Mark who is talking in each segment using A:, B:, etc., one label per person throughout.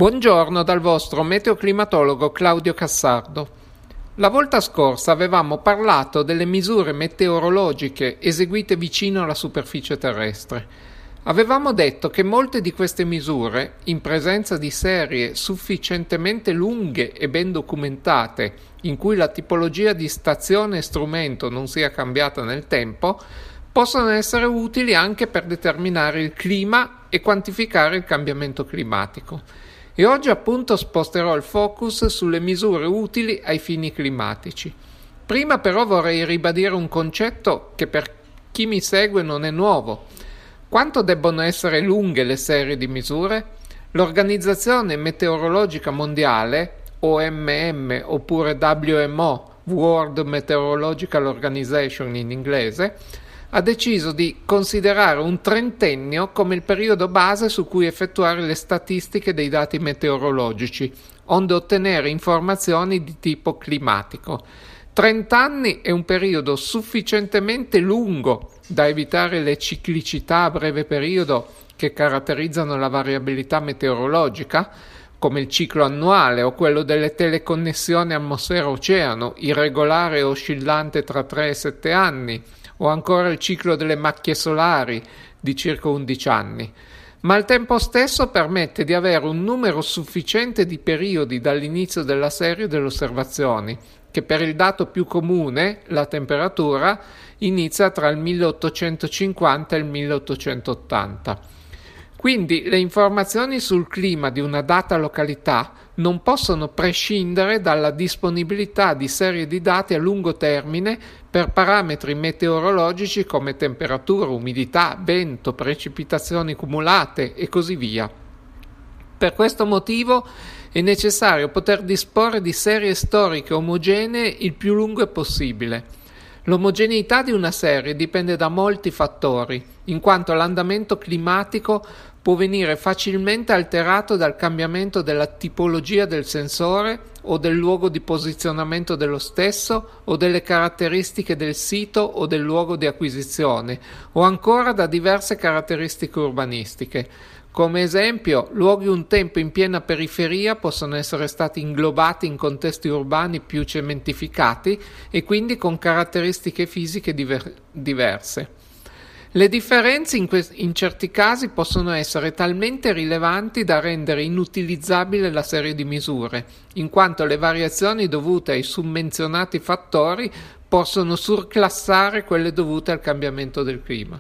A: Buongiorno dal vostro meteoclimatologo Claudio Cassardo. La volta scorsa avevamo parlato delle misure meteorologiche eseguite vicino alla superficie terrestre. Avevamo detto che molte di queste misure, in presenza di serie sufficientemente lunghe e ben documentate, in cui la tipologia di stazione e strumento non sia cambiata nel tempo, possono essere utili anche per determinare il clima e quantificare il cambiamento climatico. E oggi appunto sposterò il focus sulle misure utili ai fini climatici. Prima però vorrei ribadire un concetto che per chi mi segue non è nuovo. Quanto debbono essere lunghe le serie di misure? L'Organizzazione Meteorologica Mondiale, OMM oppure WMO, World Meteorological Organization in inglese, ha deciso di considerare un trentennio come il periodo base su cui effettuare le statistiche dei dati meteorologici, onde ottenere informazioni di tipo climatico. 30 anni è un periodo sufficientemente lungo da evitare le ciclicità a breve periodo che caratterizzano la variabilità meteorologica, come il ciclo annuale o quello delle teleconnessioni atmosfera-oceano, irregolare e oscillante tra 3 e 7 anni, o ancora il ciclo delle macchie solari di circa 11 anni, ma al tempo stesso permette di avere un numero sufficiente di periodi dall'inizio della serie delle osservazioni, che per il dato più comune, la temperatura, inizia tra il 1850 e il 1880. Quindi le informazioni sul clima di una data località non possono prescindere dalla disponibilità di serie di dati a lungo termine per parametri meteorologici come temperatura, umidità, vento, precipitazioni cumulate e così via. Per questo motivo è necessario poter disporre di serie storiche omogenee il più lungo possibile. L'omogeneità di una serie dipende da molti fattori, in quanto l'andamento climatico può venire facilmente alterato dal cambiamento della tipologia del sensore o del luogo di posizionamento dello stesso o delle caratteristiche del sito o del luogo di acquisizione o ancora da diverse caratteristiche urbanistiche. Come esempio, luoghi un tempo in piena periferia possono essere stati inglobati in contesti urbani più cementificati e quindi con caratteristiche fisiche diverse. Le differenze in certi casi possono essere talmente rilevanti da rendere inutilizzabile la serie di misure, in quanto le variazioni dovute ai summenzionati fattori possono surclassare quelle dovute al cambiamento del clima.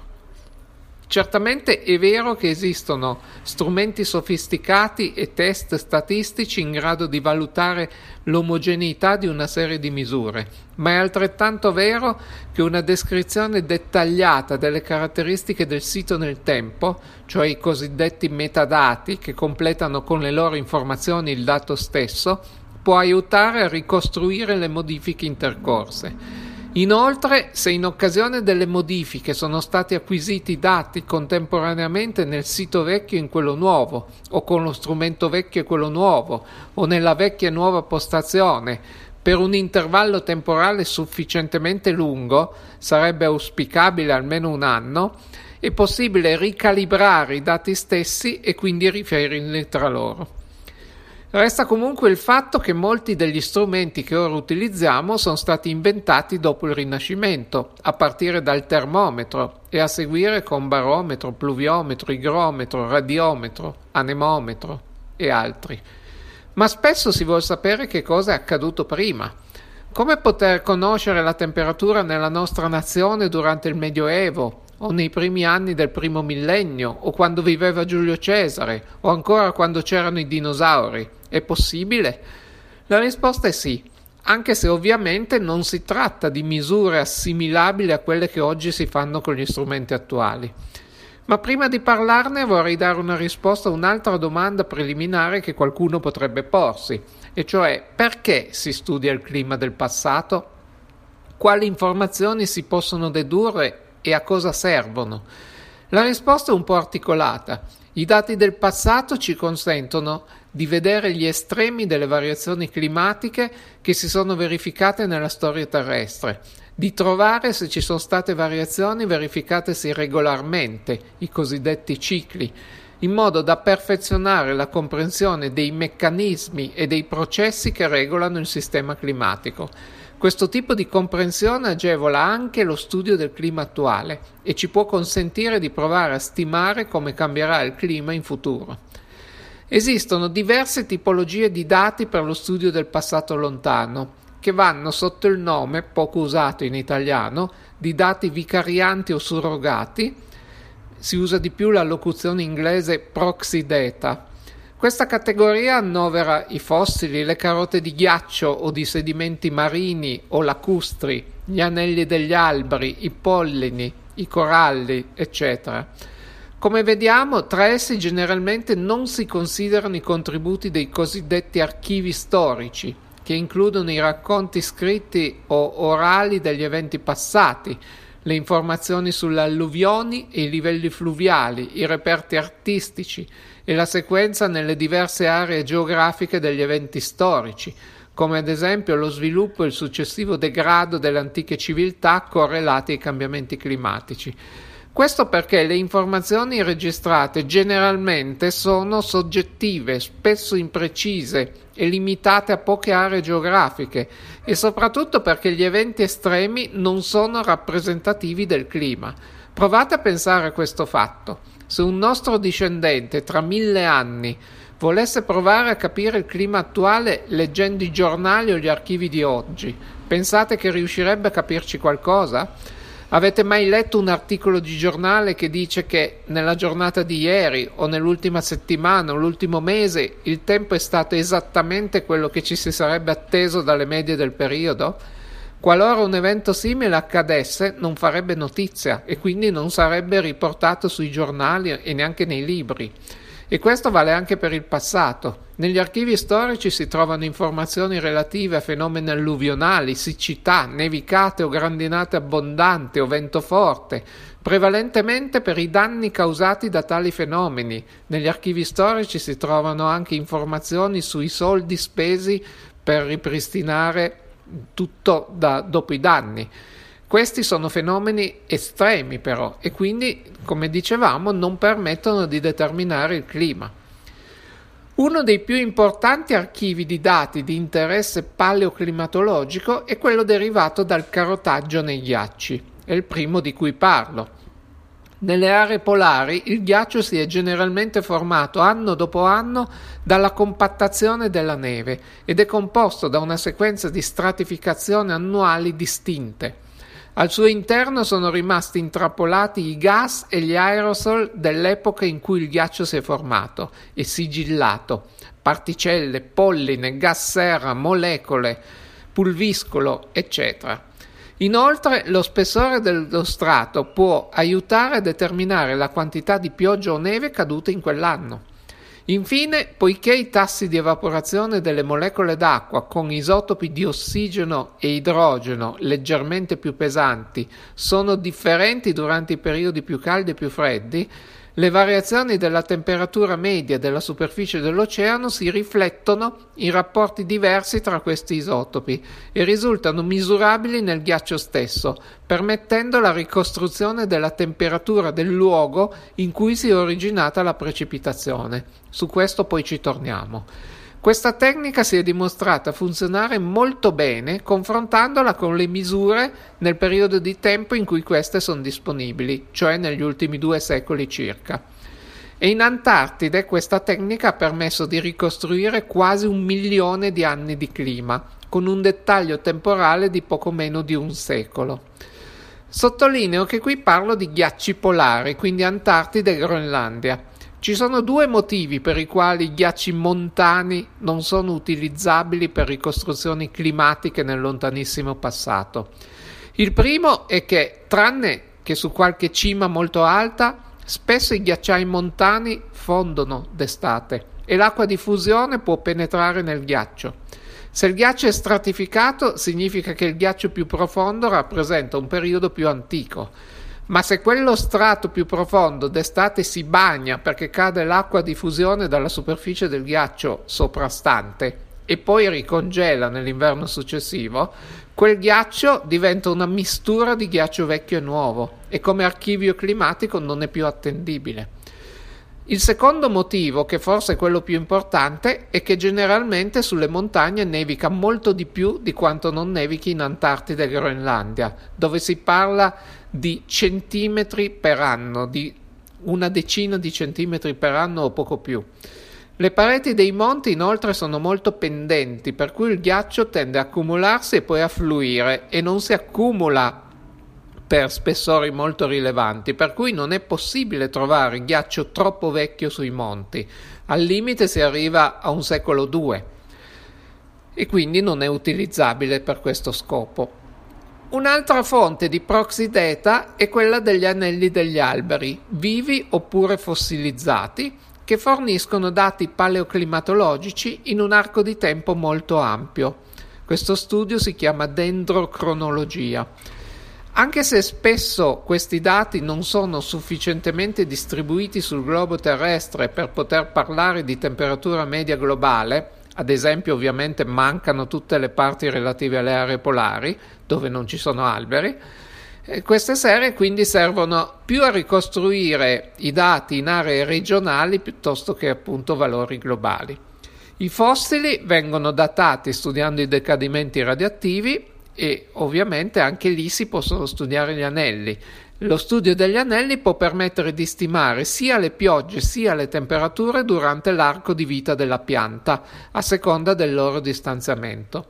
A: Certamente è vero che esistono strumenti sofisticati e test statistici in grado di valutare l'omogeneità di una serie di misure, ma è altrettanto vero che una descrizione dettagliata delle caratteristiche del sito nel tempo, cioè i cosiddetti metadati che completano con le loro informazioni il dato stesso, può aiutare a ricostruire le modifiche intercorse. Inoltre, se in occasione delle modifiche sono stati acquisiti dati contemporaneamente nel sito vecchio e in quello nuovo, o con lo strumento vecchio e quello nuovo, o nella vecchia e nuova postazione, per un intervallo temporale sufficientemente lungo, sarebbe auspicabile almeno un anno, è possibile ricalibrare i dati stessi e quindi riferirli tra loro. Resta comunque il fatto che molti degli strumenti che ora utilizziamo sono stati inventati dopo il Rinascimento, a partire dal termometro e a seguire con barometro, pluviometro, igrometro, radiometro, anemometro e altri. Ma spesso si vuol sapere che cosa è accaduto prima. Come poter conoscere la temperatura nella nostra nazione durante il Medioevo, o nei primi anni del primo millennio, o quando viveva Giulio Cesare, o ancora quando c'erano i dinosauri? È possibile? La risposta è sì, anche se ovviamente non si tratta di misure assimilabili a quelle che oggi si fanno con gli strumenti attuali. Ma prima di parlarne vorrei dare una risposta a un'altra domanda preliminare che qualcuno potrebbe porsi, e cioè perché si studia il clima del passato? Quali informazioni si possono dedurre e a cosa servono? La risposta è un po' articolata. I dati del passato ci consentono di vedere gli estremi delle variazioni climatiche che si sono verificate nella storia terrestre, di trovare se ci sono state variazioni verificatesi regolarmente, i cosiddetti cicli, in modo da perfezionare la comprensione dei meccanismi e dei processi che regolano il sistema climatico. Questo tipo di comprensione agevola anche lo studio del clima attuale e ci può consentire di provare a stimare come cambierà il clima in futuro. Esistono diverse tipologie di dati per lo studio del passato lontano, che vanno sotto il nome, poco usato in italiano, di dati vicarianti o surrogati. Si usa di più la locuzione inglese proxy data. Questa categoria annovera i fossili, le carote di ghiaccio o di sedimenti marini o lacustri, gli anelli degli alberi, i pollini, i coralli, eccetera. Come vediamo, tra essi generalmente non si considerano i contributi dei cosiddetti archivi storici, che includono i racconti scritti o orali degli eventi passati, le informazioni sulle alluvioni e i livelli fluviali, i reperti artistici e la sequenza nelle diverse aree geografiche degli eventi storici, come ad esempio lo sviluppo e il successivo degrado delle antiche civiltà correlati ai cambiamenti climatici. Questo perché le informazioni registrate generalmente sono soggettive, spesso imprecise e limitate a poche aree geografiche, e soprattutto perché gli eventi estremi non sono rappresentativi del clima. Provate a pensare a questo fatto. Se un nostro discendente tra 1000 anni volesse provare a capire il clima attuale leggendo i giornali o gli archivi di oggi, pensate che riuscirebbe a capirci qualcosa? Avete mai letto un articolo di giornale che dice che nella giornata di ieri o nell'ultima settimana o l'ultimo mese il tempo è stato esattamente quello che ci si sarebbe atteso dalle medie del periodo? Qualora un evento simile accadesse, non farebbe notizia e quindi non sarebbe riportato sui giornali e neanche nei libri. E questo vale anche per il passato. Negli archivi storici si trovano informazioni relative a fenomeni alluvionali, siccità, nevicate o grandinate abbondanti o vento forte, prevalentemente per i danni causati da tali fenomeni. Negli archivi storici si trovano anche informazioni sui soldi spesi per ripristinare tutto dopo i danni. Questi sono fenomeni estremi però e quindi, come dicevamo, non permettono di determinare il clima. Uno dei più importanti archivi di dati di interesse paleoclimatologico è quello derivato dal carotaggio nei ghiacci, è il primo di cui parlo. Nelle aree polari il ghiaccio si è generalmente formato anno dopo anno dalla compattazione della neve ed è composto da una sequenza di stratificazioni annuali distinte. Al suo interno sono rimasti intrappolati i gas e gli aerosol dell'epoca in cui il ghiaccio si è formato e sigillato, particelle, polline, gas serra, molecole, pulviscolo, eccetera. Inoltre, lo spessore dello strato può aiutare a determinare la quantità di pioggia o neve caduta in quell'anno. Infine, poiché i tassi di evaporazione delle molecole d'acqua con isotopi di ossigeno e idrogeno leggermente più pesanti sono differenti durante i periodi più caldi e più freddi, le variazioni della temperatura media della superficie dell'oceano si riflettono in rapporti diversi tra questi isotopi e risultano misurabili nel ghiaccio stesso, permettendo la ricostruzione della temperatura del luogo in cui si è originata la precipitazione. Su questo poi ci torniamo. Questa tecnica si è dimostrata funzionare molto bene confrontandola con le misure nel periodo di tempo in cui queste sono disponibili, cioè negli ultimi 2 secoli circa. E in Antartide questa tecnica ha permesso di ricostruire quasi 1 milione di anni di clima, con un dettaglio temporale di poco meno di 1 secolo. Sottolineo che qui parlo di ghiacci polari, quindi Antartide e Groenlandia. Ci sono 2 motivi per i quali i ghiacci montani non sono utilizzabili per ricostruzioni climatiche nel lontanissimo passato. Il primo è che, tranne che su qualche cima molto alta, spesso i ghiacciai montani fondono d'estate e l'acqua di fusione può penetrare nel ghiaccio. Se il ghiaccio è stratificato, significa che il ghiaccio più profondo rappresenta un periodo più antico. Ma se quello strato più profondo d'estate si bagna perché cade l'acqua di fusione dalla superficie del ghiaccio soprastante e poi ricongela nell'inverno successivo, quel ghiaccio diventa una mistura di ghiaccio vecchio e nuovo e come archivio climatico non è più attendibile. Il secondo motivo, che forse è quello più importante, è che generalmente sulle montagne nevica molto di più di quanto non nevichi in Antartide e Groenlandia, dove si parla di centimetri per anno, di una decina di centimetri per anno o poco più. Le pareti dei monti inoltre sono molto pendenti, per cui il ghiaccio tende a accumularsi e poi a fluire, e non si accumula per spessori molto rilevanti, per cui non è possibile trovare ghiaccio troppo vecchio sui monti. Al limite si arriva a un secolo 2 e quindi non è utilizzabile per questo scopo. Un'altra fonte di proxy data è quella degli anelli degli alberi, vivi oppure fossilizzati, che forniscono dati paleoclimatologici in un arco di tempo molto ampio. Questo studio si chiama dendrocronologia. Anche se spesso questi dati non sono sufficientemente distribuiti sul globo terrestre per poter parlare di temperatura media globale, ad esempio ovviamente mancano tutte le parti relative alle aree polari, dove non ci sono alberi, queste serie quindi servono più a ricostruire i dati in aree regionali piuttosto che appunto valori globali. I fossili vengono datati studiando i decadimenti radioattivi, e ovviamente anche lì si possono studiare gli anelli. Lo studio degli anelli può permettere di stimare sia le piogge sia le temperature durante l'arco di vita della pianta, a seconda del loro distanziamento.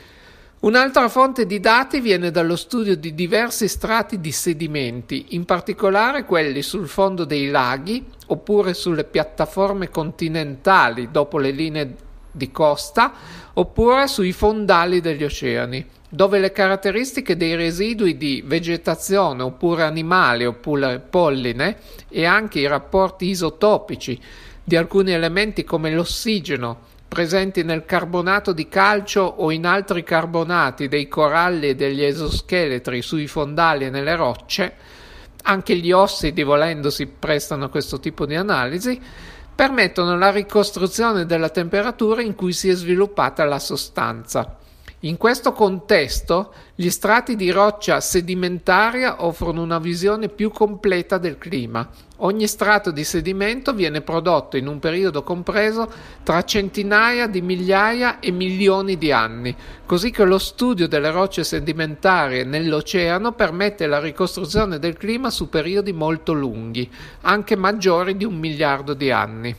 A: Un'altra fonte di dati viene dallo studio di diversi strati di sedimenti, in particolare quelli sul fondo dei laghi oppure sulle piattaforme continentali dopo le linee di costa oppure sui fondali degli oceani, dove le caratteristiche dei residui di vegetazione oppure animali oppure polline e anche i rapporti isotopici di alcuni elementi come l'ossigeno presenti nel carbonato di calcio o in altri carbonati dei coralli e degli esoscheletri sui fondali e nelle rocce, anche gli ossidi volendo si prestano a questo tipo di analisi, permettono la ricostruzione della temperatura in cui si è sviluppata la sostanza. In questo contesto, gli strati di roccia sedimentaria offrono una visione più completa del clima. Ogni strato di sedimento viene prodotto in un periodo compreso tra centinaia di migliaia e milioni di anni, così che lo studio delle rocce sedimentarie nell'oceano permette la ricostruzione del clima su periodi molto lunghi, anche maggiori di 1 miliardo di anni.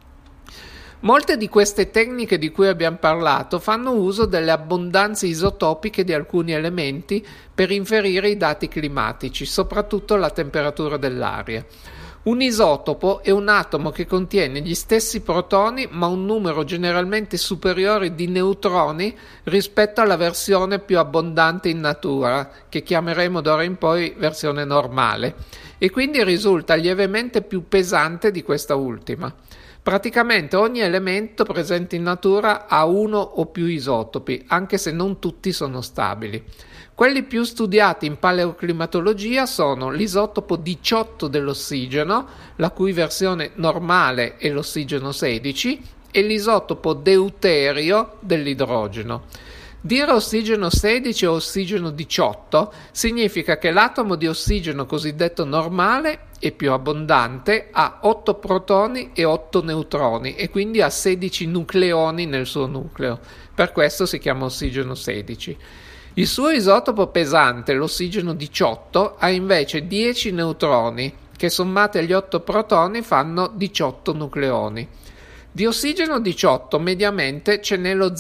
A: Molte di queste tecniche di cui abbiamo parlato fanno uso delle abbondanze isotopiche di alcuni elementi per inferire i dati climatici, soprattutto la temperatura dell'aria. Un isotopo è un atomo che contiene gli stessi protoni ma un numero generalmente superiore di neutroni rispetto alla versione più abbondante in natura, che chiameremo d'ora in poi versione normale, e quindi risulta lievemente più pesante di questa ultima. Praticamente ogni elemento presente in natura ha uno o più isotopi, anche se non tutti sono stabili. Quelli più studiati in paleoclimatologia sono l'isotopo 18 dell'ossigeno, la cui versione normale è l'ossigeno 16, e l'isotopo deuterio dell'idrogeno. Dire ossigeno 16 o ossigeno 18 significa che l'atomo di ossigeno cosiddetto normale è più abbondante, ha 8 protoni e 8 neutroni e quindi ha 16 nucleoni nel suo nucleo. Per questo si chiama ossigeno 16. Il suo isotopo pesante, l'ossigeno 18, ha invece 10 neutroni che sommati agli 8 protoni fanno 18 nucleoni. Di ossigeno 18 mediamente ce n'è lo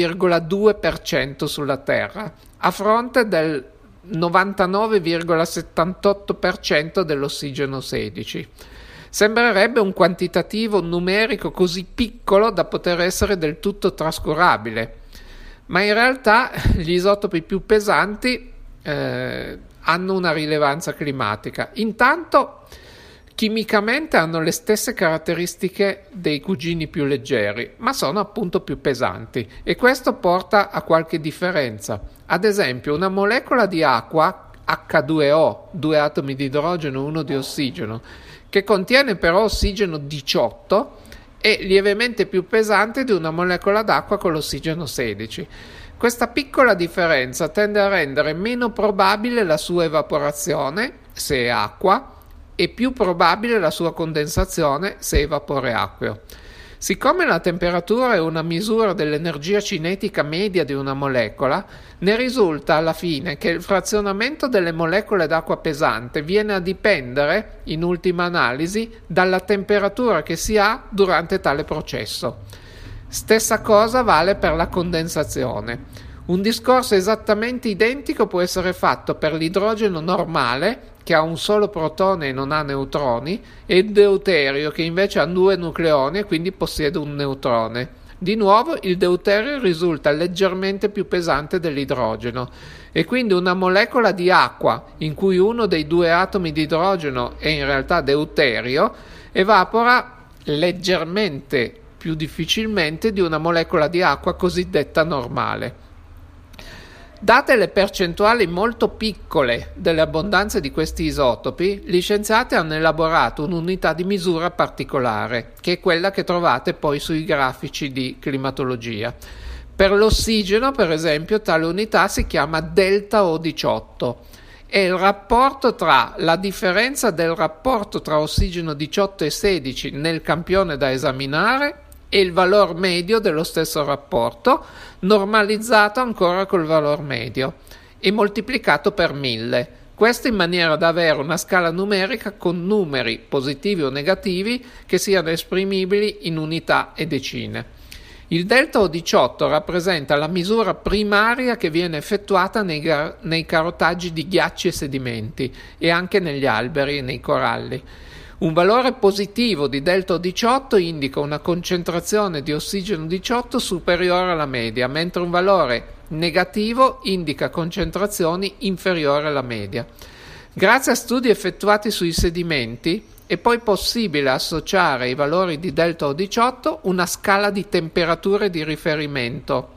A: 0,2% sulla Terra, a fronte del 99,78% dell'ossigeno 16. Sembrerebbe un quantitativo numerico così piccolo da poter essere del tutto trascurabile, ma in realtà gli isotopi più pesanti hanno una rilevanza climatica. Intanto chimicamente hanno le stesse caratteristiche dei cugini più leggeri, ma sono appunto più pesanti e questo porta a qualche differenza. Ad esempio, una molecola di acqua, H2O, 2 atomi di idrogeno e 1 di ossigeno, che contiene però ossigeno 18, è lievemente più pesante di una molecola d'acqua con l'ossigeno 16. Questa piccola differenza tende a rendere meno probabile la sua evaporazione, se è acqua, e più probabile la sua condensazione se è vapore acqueo. Siccome la temperatura è una misura dell'energia cinetica media di una molecola, ne risulta alla fine che il frazionamento delle molecole d'acqua pesante viene a dipendere, in ultima analisi, dalla temperatura che si ha durante tale processo. Stessa cosa vale per la condensazione. Un discorso esattamente identico può essere fatto per l'idrogeno normale, che ha un solo protone e non ha neutroni, e il deuterio, che invece ha 2 nucleoni e quindi possiede un neutrone. Di nuovo, il deuterio risulta leggermente più pesante dell'idrogeno, e quindi una molecola di acqua, in cui uno dei 2 atomi di idrogeno è in realtà deuterio, evapora leggermente più difficilmente di una molecola di acqua cosiddetta normale. Date le percentuali molto piccole delle abbondanze di questi isotopi, gli scienziati hanno elaborato un'unità di misura particolare, che è quella che trovate poi sui grafici di climatologia. Per l'ossigeno, per esempio, tale unità si chiama delta O18. È il rapporto tra la differenza del rapporto tra ossigeno 18 e 16 nel campione da esaminare e il valor medio dello stesso rapporto, normalizzato ancora col valor medio e moltiplicato per 1000. Questo in maniera da avere una scala numerica con numeri positivi o negativi che siano esprimibili in unità e decine. Il delta O18 rappresenta la misura primaria che viene effettuata nei carotaggi di ghiacci e sedimenti e anche negli alberi e nei coralli. Un valore positivo di delta O18 indica una concentrazione di ossigeno 18 superiore alla media, mentre un valore negativo indica concentrazioni inferiori alla media. Grazie a studi effettuati sui sedimenti è poi possibile associare ai valori di delta O18 una scala di temperature di riferimento.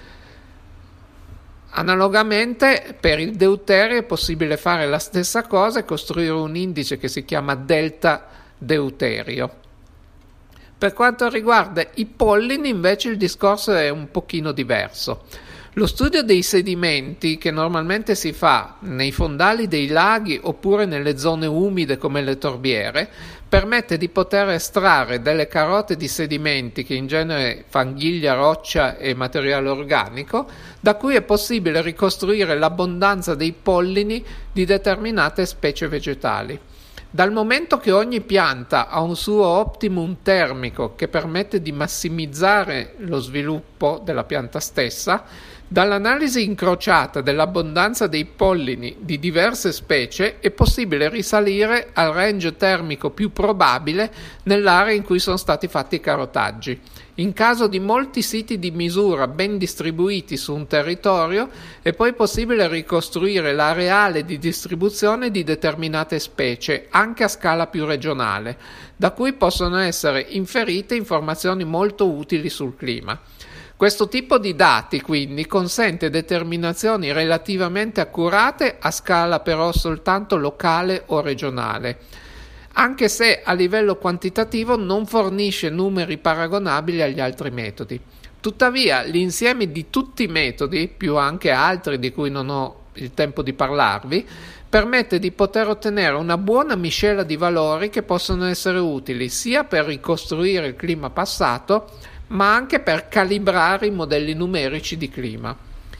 A: Analogamente, per il deuterio è possibile fare la stessa cosa e costruire un indice che si chiama delta deuterio. Per quanto riguarda i pollini, invece, il discorso è un pochino diverso. Lo studio dei sedimenti, che normalmente si fa nei fondali dei laghi oppure nelle zone umide come le torbiere, permette di poter estrarre delle carote di sedimenti, che in genere fanghiglia, roccia e materiale organico, da cui è possibile ricostruire l'abbondanza dei pollini di determinate specie vegetali. Dal momento che ogni pianta ha un suo optimum termico che permette di massimizzare lo sviluppo della pianta stessa, dall'analisi incrociata dell'abbondanza dei pollini di diverse specie è possibile risalire al range termico più probabile nell'area in cui sono stati fatti i carotaggi. In caso di molti siti di misura ben distribuiti su un territorio, è poi possibile ricostruire l'areale di distribuzione di determinate specie, anche a scala più regionale, da cui possono essere inferite informazioni molto utili sul clima. Questo tipo di dati, quindi, consente determinazioni relativamente accurate a scala però soltanto locale o regionale, anche se a livello quantitativo non fornisce numeri paragonabili agli altri metodi. Tuttavia, l'insieme di tutti i metodi, più anche altri di cui non ho il tempo di parlarvi, permette di poter ottenere una buona miscela di valori che possono essere utili sia per ricostruire il clima passato, ma anche per calibrare i modelli numerici di clima.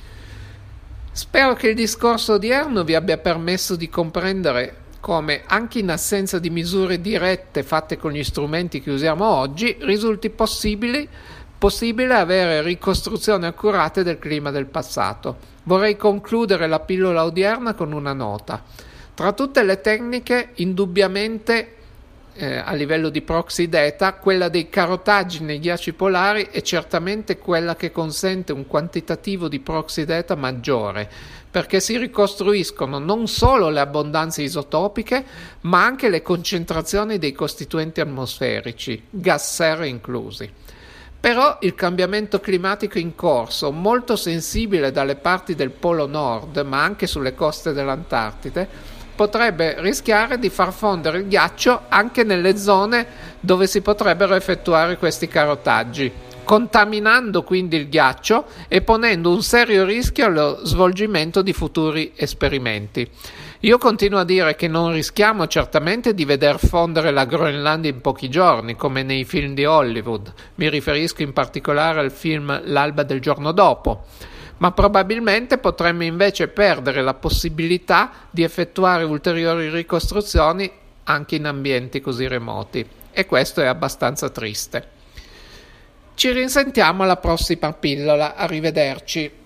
A: Spero che il discorso odierno vi abbia permesso di comprendere come, anche in assenza di misure dirette fatte con gli strumenti che usiamo oggi, risulti possibile avere ricostruzioni accurate del clima del passato. Vorrei concludere la pillola odierna con una nota. Tra tutte le tecniche, indubbiamente a livello di proxy data, quella dei carotaggi nei ghiacci polari è certamente quella che consente un quantitativo di proxy data maggiore, perché si ricostruiscono non solo le abbondanze isotopiche, ma anche le concentrazioni dei costituenti atmosferici, gas serra inclusi. Però il cambiamento climatico in corso, molto sensibile dalle parti del Polo Nord, ma anche sulle coste dell'Antartide, potrebbe rischiare di far fondere il ghiaccio anche nelle zone dove si potrebbero effettuare questi carotaggi, contaminando quindi il ghiaccio e ponendo un serio rischio allo svolgimento di futuri esperimenti. Io continuo a dire che non rischiamo certamente di veder fondere la Groenlandia in pochi giorni, come nei film di Hollywood. Mi riferisco in particolare al film L'alba del giorno dopo. Ma probabilmente potremmo invece perdere la possibilità di effettuare ulteriori ricostruzioni anche in ambienti così remoti. E questo è abbastanza triste. Ci risentiamo alla prossima pillola. Arrivederci.